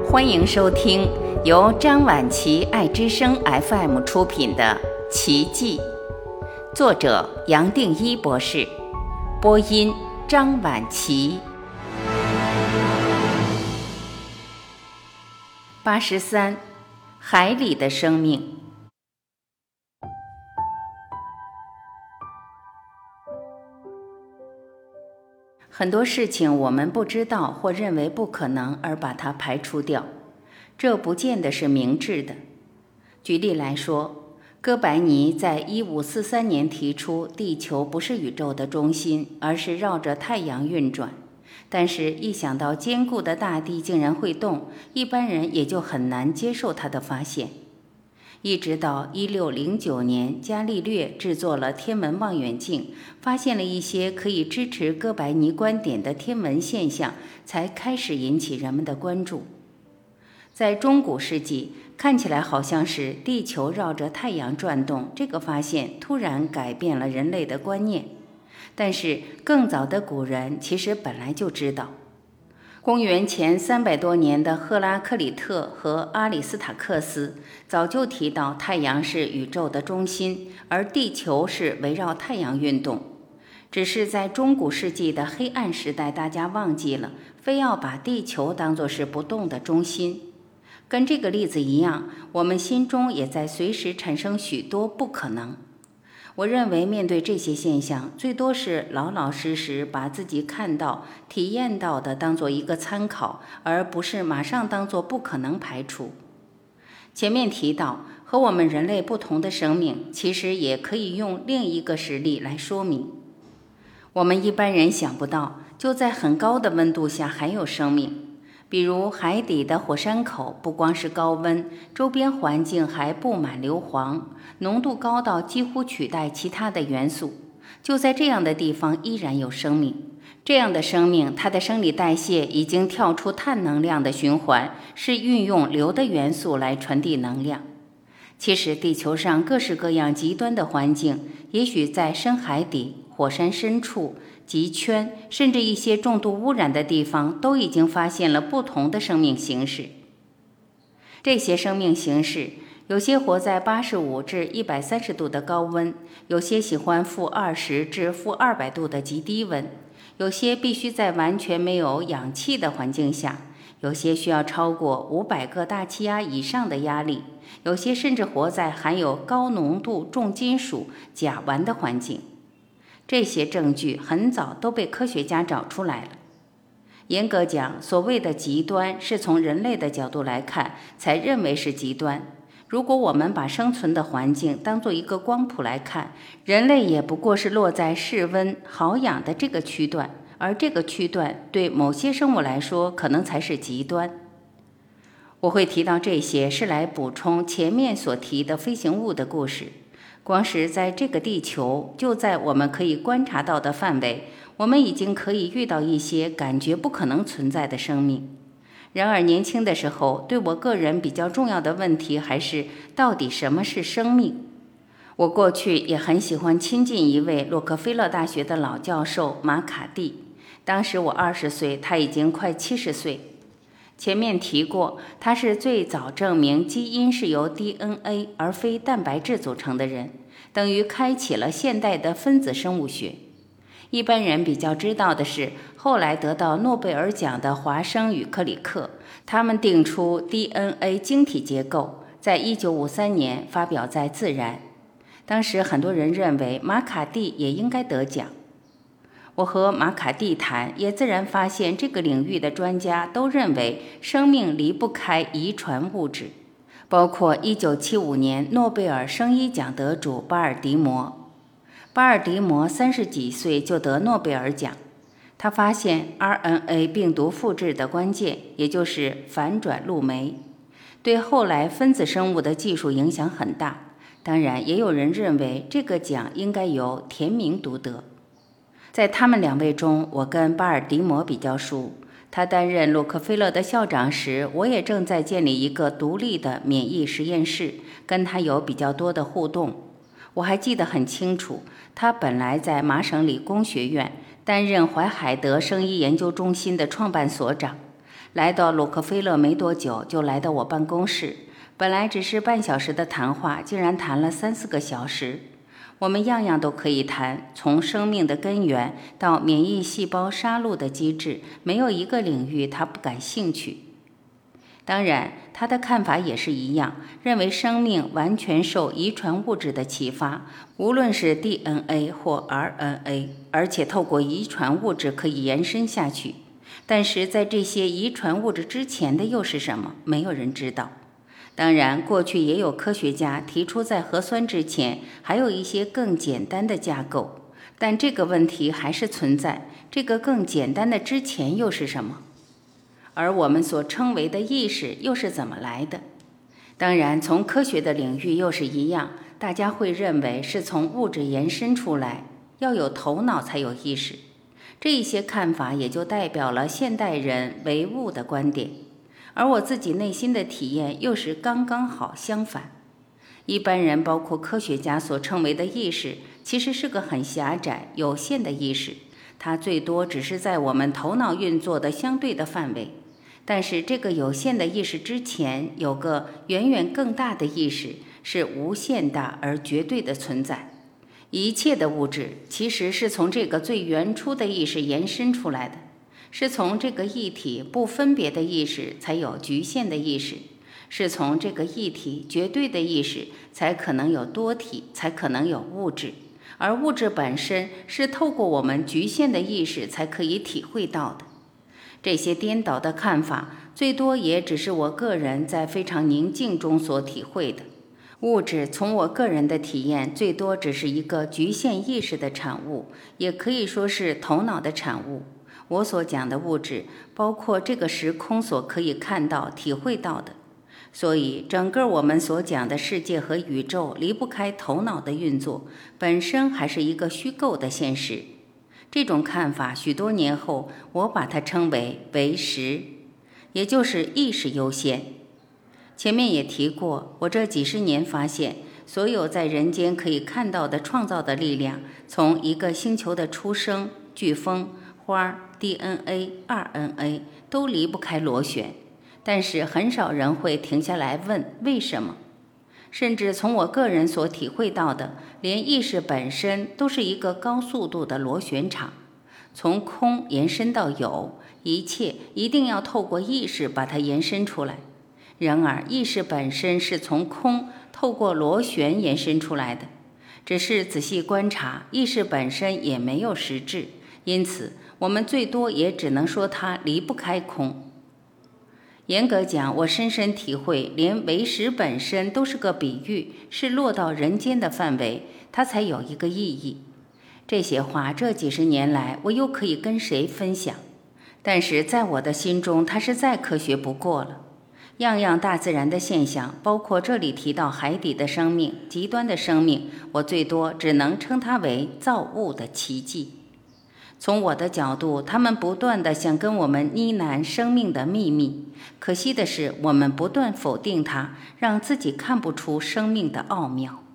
欢迎收听由张晚琪爱之声 FM 出品的《奇迹》，作者杨定一博士，播音张晚琪。83，海里的生命。很多事情我们不知道或认为不可能而把它排除掉，这不见得是明智的。举例来说，哥白尼在1543年提出地球不是宇宙的中心，而是绕着太阳运转，但是一想到坚固的大地竟然会动，一般人也就很难接受他的发现。一直到1609年，伽利略制作了天文望远镜，发现了一些可以支持哥白尼观点的天文现象，才开始引起人们的关注。在中古世纪，看起来好像是地球绕着太阳转动，这个发现突然改变了人类的观念。但是更早的古人其实本来就知道。公元前300多年的赫拉克里特和阿里斯塔克斯早就提到太阳是宇宙的中心，而地球是围绕太阳运动。只是在中古世纪的黑暗时代，大家忘记了，非要把地球当作是不动的中心。跟这个例子一样，我们心中也在随时产生许多不可能。我认为面对这些现象，最多是老老实实把自己看到、体验到的当作一个参考，而不是马上当作不可能排除。前面提到，和我们人类不同的生命，其实也可以用另一个实例来说明。我们一般人想不到，就在很高的温度下还有生命。比如海底的火山口，不光是高温，周边环境还布满硫磺，浓度高到几乎取代其他的元素。就在这样的地方依然有生命，这样的生命，它的生理代谢已经跳出碳能量的循环，是运用硫的元素来传递能量。其实地球上各式各样极端的环境，也许在深海底、火山深处、极圈，甚至一些重度污染的地方，都已经发现了不同的生命形式。这些生命形式，有些活在85至130度的高温，有些喜欢-20至-200度的极低温，有些必须在完全没有氧气的环境下，有些需要超过500个大气压以上的压力，有些甚至活在含有高浓度重金属、甲烷的环境。这些证据很早都被科学家找出来了。严格讲，所谓的极端是从人类的角度来看才认为是极端。如果我们把生存的环境当作一个光谱来看，人类也不过是落在室温好氧的这个区段，而这个区段对某些生物来说可能才是极端。我会提到这些是来补充前面所提的飞行物的故事。光是在这个地球，就在我们可以观察到的范围，我们已经可以遇到一些感觉不可能存在的生命。然而年轻的时候，对我个人比较重要的问题还是到底什么是生命。我过去也很喜欢亲近一位洛克菲勒大学的老教授马卡蒂，当时我20岁，他已经快70岁。前面提过，他是最早证明基因是由 DNA 而非蛋白质组成的人，等于开启了现代的分子生物学。一般人比较知道的是，后来得到诺贝尔奖的华生与克里克，他们定出 DNA 晶体结构，在1953年发表在《自然》。当时很多人认为马卡蒂也应该得奖。我和马卡蒂谈，也自然发现这个领域的专家都认为生命离不开遗传物质，包括1975年诺贝尔生医奖得主巴尔的摩。巴尔的摩30几岁就得诺贝尔奖，他发现 RNA 病毒复制的关键，也就是反转录酶，对后来分子生物的技术影响很大。当然，也有人认为这个奖应该由田明独得。在他们2位中，我跟巴尔的摩比较熟。他担任洛克菲勒的校长时，我也正在建立一个独立的免疫实验室，跟他有比较多的互动。我还记得很清楚，他本来在麻省理工学院担任怀海德生医研究中心的创办所长， 来到洛克菲勒没多久，就来到我办公室。本来只是半小时的谈话，竟然谈了3、4个小时。我们样样都可以谈，从生命的根源到免疫细胞杀戮的机制，没有一个领域他不感兴趣。当然，他的看法也是一样，认为生命完全受遗传物质的启发，无论是 DNA 或 RNA， 而且透过遗传物质可以延伸下去。但是在这些遗传物质之前的又是什么？没有人知道。当然，过去也有科学家提出，在核酸之前还有一些更简单的架构，但这个问题还是存在。这个更简单的之前又是什么？而我们所称为的意识又是怎么来的？当然，从科学的领域又是一样，大家会认为是从物质延伸出来，要有头脑才有意识。这一些看法也就代表了现代人唯物的观点。而我自己内心的体验又是刚刚好相反。一般人包括科学家所称为的意识，其实是个很狭窄有限的意识，它最多只是在我们头脑运作的相对的范围。但是这个有限的意识之前有个远远更大的意识，是无限大而绝对的存在。一切的物质其实是从这个最原初的意识延伸出来的，是从这个一体不分别的意识才有局限的意识，是从这个一体绝对的意识才可能有多体，才可能有物质。而物质本身是透过我们局限的意识才可以体会到的。这些颠倒的看法，最多也只是我个人在非常宁静中所体会的。物质从我个人的体验，最多只是一个局限意识的产物，也可以说是头脑的产物。我所讲的物质，包括这个时空所可以看到、体会到的。所以，整个我们所讲的世界和宇宙，离不开头脑的运作，本身还是一个虚构的现实。这种看法，许多年后，我把它称为唯识，也就是意识优先。前面也提过，我这几十年发现，所有在人间可以看到的创造的力量，从一个星球的出生、飓风、花、DNA、RNA 都离不开螺旋，但是很少人会停下来问为什么。甚至从我个人所体会到的，连意识本身都是一个高速度的螺旋场，从空延伸到有，一切一定要透过意识把它延伸出来。然而意识本身是从空透过螺旋延伸出来的，只是仔细观察，意识本身也没有实质，因此我们最多也只能说它离不开空。严格讲，我深深体会，连唯识本身都是个比喻，是落到人间的范围，它才有一个意义。这些话这几十年来，我又可以跟谁分享？但是在我的心中，它是再科学不过了。样样大自然的现象，包括这里提到海底的生命、极端的生命，我最多只能称它为造物的奇迹。从我的角度，他们不断地想跟我们呢喃生命的秘密，可惜的是，我们不断否定它，让自己看不出生命的奥妙。